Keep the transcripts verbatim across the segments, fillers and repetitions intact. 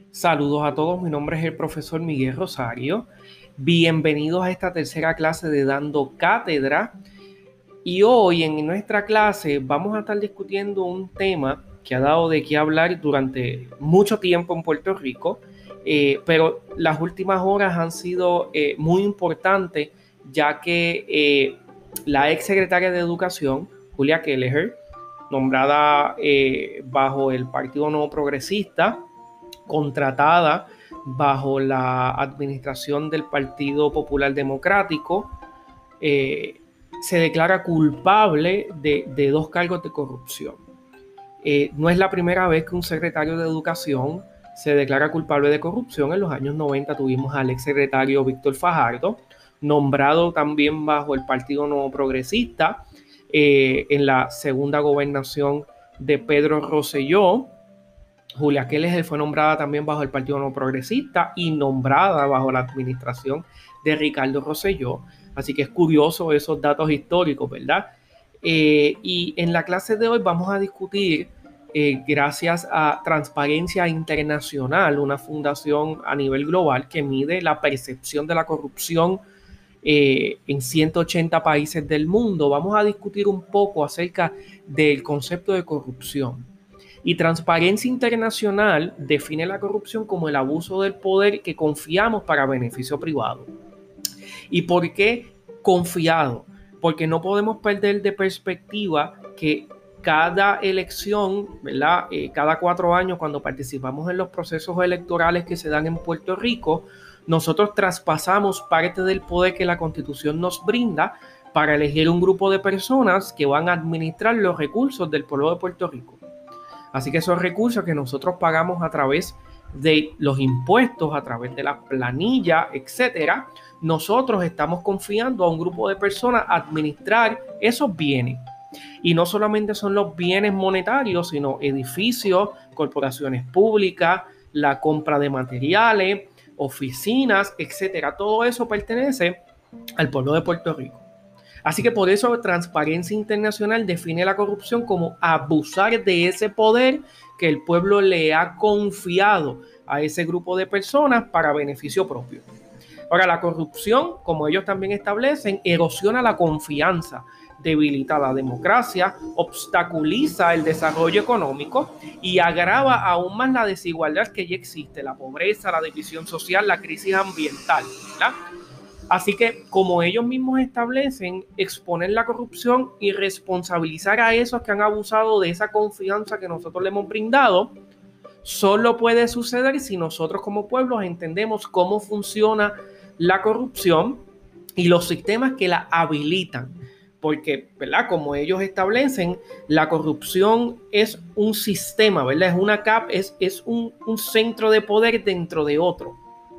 Saludos a todos, mi nombre es el profesor Miguel Rosario. Bienvenidos a esta tercera clase de Dando Cátedra. Y hoy en nuestra clase vamos a estar discutiendo un tema que ha dado de qué hablar durante mucho tiempo en Puerto Rico, eh, pero las últimas horas han sido eh, muy importantes, ya que eh, la ex secretaria de Educación, Julia Kelleher, nombrada eh, bajo el Partido Nuevo Progresista, contratada bajo la administración del Partido Popular Democrático, eh, se declara culpable de, de dos cargos de corrupción. Eh, no es la primera vez que un secretario de Educación se declara culpable de corrupción. En los años noventa tuvimos al exsecretario Víctor Fajardo, nombrado también bajo el Partido Nuevo Progresista, eh, en la segunda gobernación de Pedro Rosselló. Julia Kelleher fue nombrada también bajo el Partido Nuevo Progresista y nombrada bajo la administración de Ricardo Rosselló. Así que es curioso esos datos históricos, ¿verdad? Eh, y en la clase de hoy vamos a discutir, eh, gracias a Transparencia Internacional, una fundación a nivel global que mide la percepción de la corrupción eh, en ciento ochenta países del mundo, vamos a discutir un poco acerca del concepto de corrupción. Y Transparencia Internacional define la corrupción como el abuso del poder que confiamos para beneficio privado. ¿Y por qué confiado? Porque no podemos perder de perspectiva que cada elección, ¿verdad? Eh, cada cuatro años, cuando participamos en los procesos electorales que se dan en Puerto Rico, nosotros traspasamos parte del poder que la Constitución nos brinda para elegir un grupo de personas que van a administrar los recursos del pueblo de Puerto Rico. Así que esos recursos que nosotros pagamos a través de los impuestos, a través de la planilla, etcétera, nosotros estamos confiando a un grupo de personas a administrar esos bienes. Y no solamente son los bienes monetarios, sino edificios, corporaciones públicas, la compra de materiales, oficinas, etcétera. Todo eso pertenece al pueblo de Puerto Rico. Así que por eso Transparencia Internacional define la corrupción como abusar de ese poder que el pueblo le ha confiado a ese grupo de personas para beneficio propio. Ahora, la corrupción, como ellos también establecen, erosiona la confianza, debilita la democracia, obstaculiza el desarrollo económico y agrava aún más la desigualdad que ya existe, la pobreza, la división social, la crisis ambiental, ¿verdad? Así que, como ellos mismos establecen, exponer la corrupción y responsabilizar a esos que han abusado de esa confianza que nosotros le hemos brindado, solo puede suceder si nosotros como pueblos entendemos cómo funciona la corrupción y los sistemas que la habilitan. Porque, ¿verdad? Como ellos establecen, la corrupción es un sistema, ¿verdad? Es una cap, es, es un, un centro de poder dentro de otro.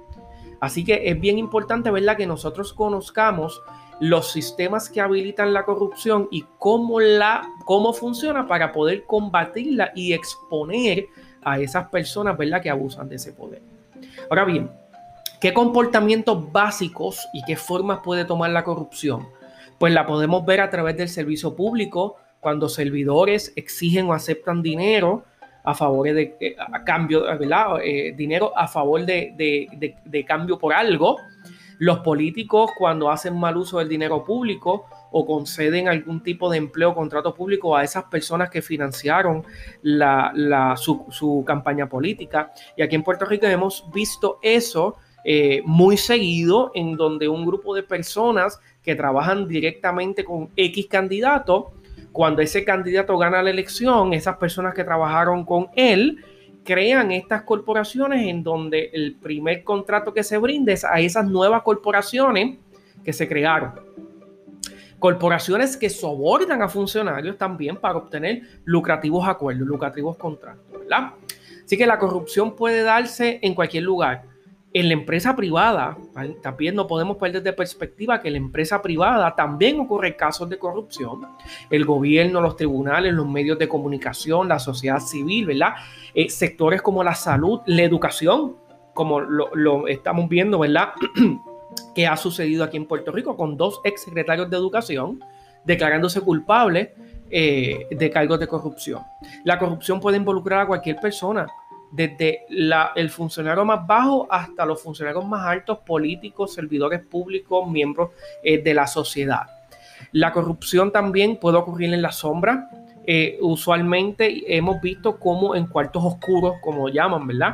Así que es bien importante, ¿verdad?, que nosotros conozcamos los sistemas que habilitan la corrupción y cómo, la, cómo funciona para poder combatirla y exponer a esas personas, ¿verdad?, que abusan de ese poder. Ahora bien, ¿qué comportamientos básicos y qué formas puede tomar la corrupción? Pues la podemos ver a través del servicio público, cuando servidores exigen o aceptan dinero a favor de a cambio, ¿verdad? Eh, dinero a favor de, de, de, de cambio por algo. Los políticos, cuando hacen mal uso del dinero público o conceden algún tipo de empleo o contrato público a esas personas que financiaron la, la, su, su campaña política. Y aquí en Puerto Rico hemos visto eso eh, muy seguido, en donde un grupo de personas que trabajan directamente con X candidato, cuando ese candidato gana la elección, esas personas que trabajaron con él crean estas corporaciones en donde el primer contrato que se brinda es a esas nuevas corporaciones que se crearon. Corporaciones que sobornan a funcionarios también para obtener lucrativos acuerdos, lucrativos contratos, ¿verdad? Así que la corrupción puede darse en cualquier lugar. En la empresa privada, también no podemos perder de perspectiva que en la empresa privada también ocurren casos de corrupción. El gobierno, los tribunales, los medios de comunicación, la sociedad civil, ¿verdad? Eh, sectores como la salud, la educación, como lo, lo estamos viendo, ¿verdad? Que ha sucedido aquí en Puerto Rico con dos ex secretarios de educación declarándose culpables eh, de cargos de corrupción. La corrupción puede involucrar a cualquier persona. desde la, el funcionario más bajo hasta los funcionarios más altos, políticos, servidores públicos, miembros eh, de la sociedad. La corrupción también puede ocurrir en la sombra. Eh, usualmente hemos visto cómo en cuartos oscuros, como llaman, ¿verdad?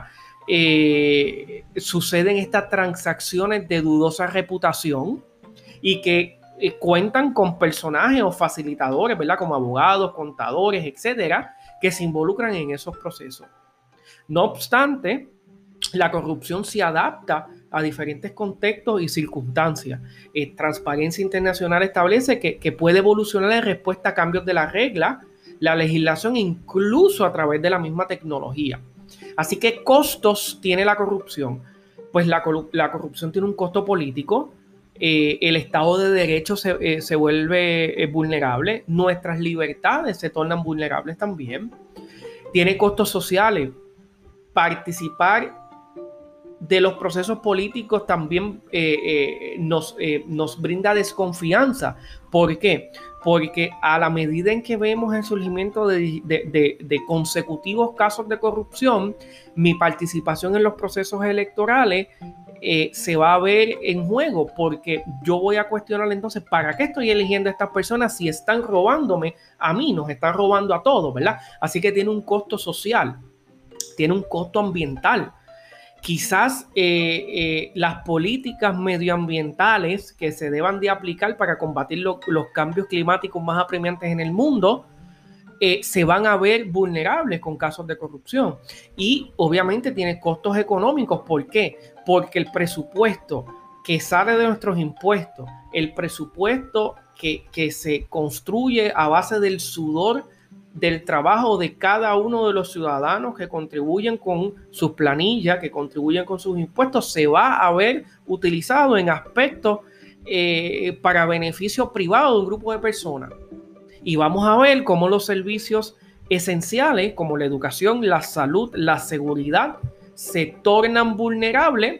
Eh, suceden estas transacciones de dudosa reputación y que eh, cuentan con personajes o facilitadores, ¿verdad? Como abogados, contadores, etcétera, que se involucran en esos procesos. No obstante, la corrupción se adapta a diferentes contextos y circunstancias. Eh, Transparencia Internacional establece que, que puede evolucionar en respuesta a cambios de la regla, la legislación, incluso a través de la misma tecnología. Así que costos tiene la corrupción. Pues la, la corrupción tiene un costo político, eh, el Estado de Derecho se, eh, se vuelve eh, vulnerable, nuestras libertades se tornan vulnerables también. Tiene costos sociales. Participar de los procesos políticos también eh, eh, nos, eh, nos brinda desconfianza. ¿Por qué? Porque a la medida en que vemos el surgimiento de, de, de, de consecutivos casos de corrupción, mi participación en los procesos electorales eh, se va a ver en juego, porque yo voy a cuestionar entonces, ¿para qué estoy eligiendo a estas personas si están robándome a mí? Nos están robando a todos, ¿verdad? Así que tiene un costo social, tiene un costo ambiental. Quizás eh, eh, las políticas medioambientales que se deban de aplicar para combatir lo, los cambios climáticos más apremiantes en el mundo eh, se van a ver vulnerables con casos de corrupción. Y obviamente tiene costos económicos. ¿Por qué? Porque el presupuesto que sale de nuestros impuestos, el presupuesto que, que se construye a base del sudor del trabajo de cada uno de los ciudadanos que contribuyen con sus planillas, que contribuyen con sus impuestos, se va a ver utilizado en aspectos eh, para beneficio privado de un grupo de personas. Y vamos a ver cómo los servicios esenciales, como la educación, la salud, la seguridad, se tornan vulnerables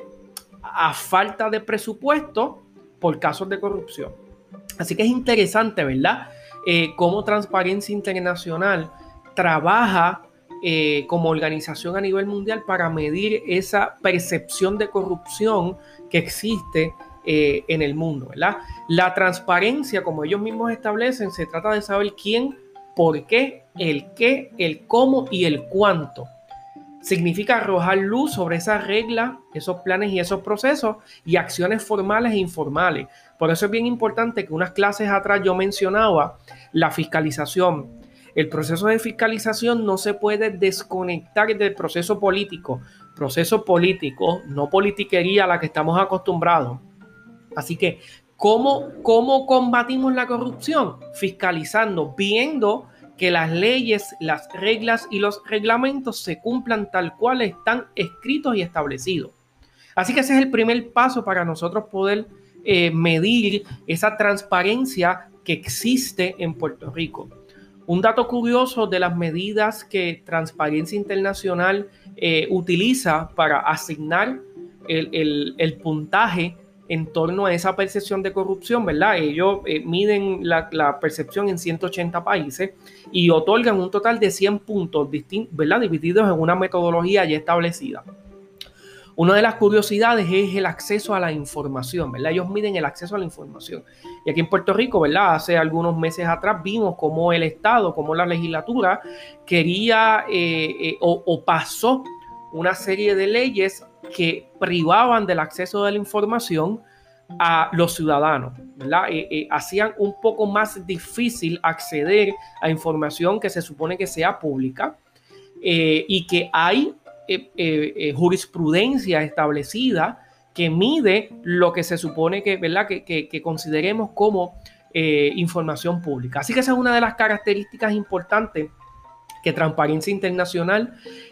a falta de presupuesto por casos de corrupción. Así que es interesante, ¿verdad? Eh, cómo Transparencia Internacional trabaja eh, como organización a nivel mundial para medir esa percepción de corrupción que existe eh, en el mundo, ¿verdad? La transparencia, como ellos mismos establecen, se trata de saber quién, por qué, el qué, el cómo y el cuánto. Significa arrojar luz sobre esas reglas, esos planes y esos procesos y acciones formales e informales. Por eso es bien importante que unas clases atrás yo mencionaba la fiscalización. El proceso de fiscalización no se puede desconectar del proceso político. Proceso político, no politiquería a la que estamos acostumbrados. Así que, ¿cómo, cómo combatimos la corrupción? Fiscalizando, viendo que las leyes, las reglas y los reglamentos se cumplan tal cual están escritos y establecidos. Así que ese es el primer paso para nosotros poder eh, medir esa transparencia que existe en Puerto Rico. Un dato curioso de las medidas que Transparencia Internacional eh, utiliza para asignar el, el, el puntaje en torno a esa percepción de corrupción, ¿verdad? Ellos eh, miden la, la percepción en ciento ochenta países y otorgan un total de cien puntos, ¿verdad? Divididos en una metodología ya establecida. Una de las curiosidades es el acceso a la información, ¿verdad? Ellos miden el acceso a la información. Y aquí en Puerto Rico, ¿verdad? Hace algunos meses atrás vimos cómo el Estado, cómo la legislatura quería eh, eh, o, o pasó una serie de leyes que privaban del acceso de la información a los ciudadanos, ¿verdad? Eh, eh, hacían un poco más difícil acceder a información que se supone que sea pública eh, y que hay eh, eh, eh, jurisprudencia establecida que mide lo que se supone que, ¿verdad? que, que, que consideremos como eh, información pública. Así que esa es una de las características importantes que Transparencia Internacional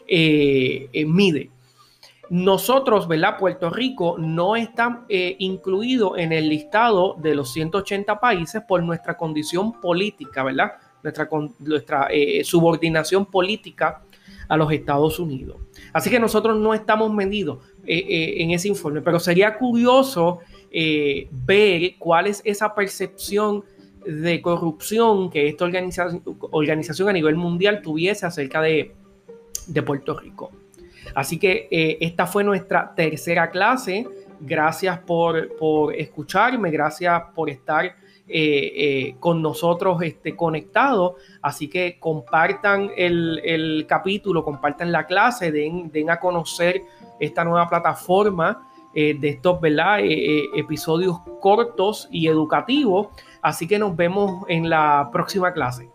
eh, eh, mide. Nosotros, ¿verdad? Puerto Rico no está eh, incluido en el listado de los ciento ochenta países por nuestra condición política, ¿verdad? Nuestra, nuestra eh, subordinación política a los Estados Unidos. Así que nosotros no estamos medidos eh, eh, en ese informe, pero sería curioso eh, ver cuál es esa percepción de corrupción que esta organización, organización a nivel mundial tuviese acerca de, de Puerto Rico. Así que eh, esta fue nuestra tercera clase. Gracias por, por escucharme, gracias por estar eh, eh, con nosotros este, conectados. Así que compartan el, el capítulo, compartan la clase, den, den a conocer esta nueva plataforma eh, de estos, ¿verdad? Eh, eh, episodios cortos y educativos. Así que nos vemos en la próxima clase.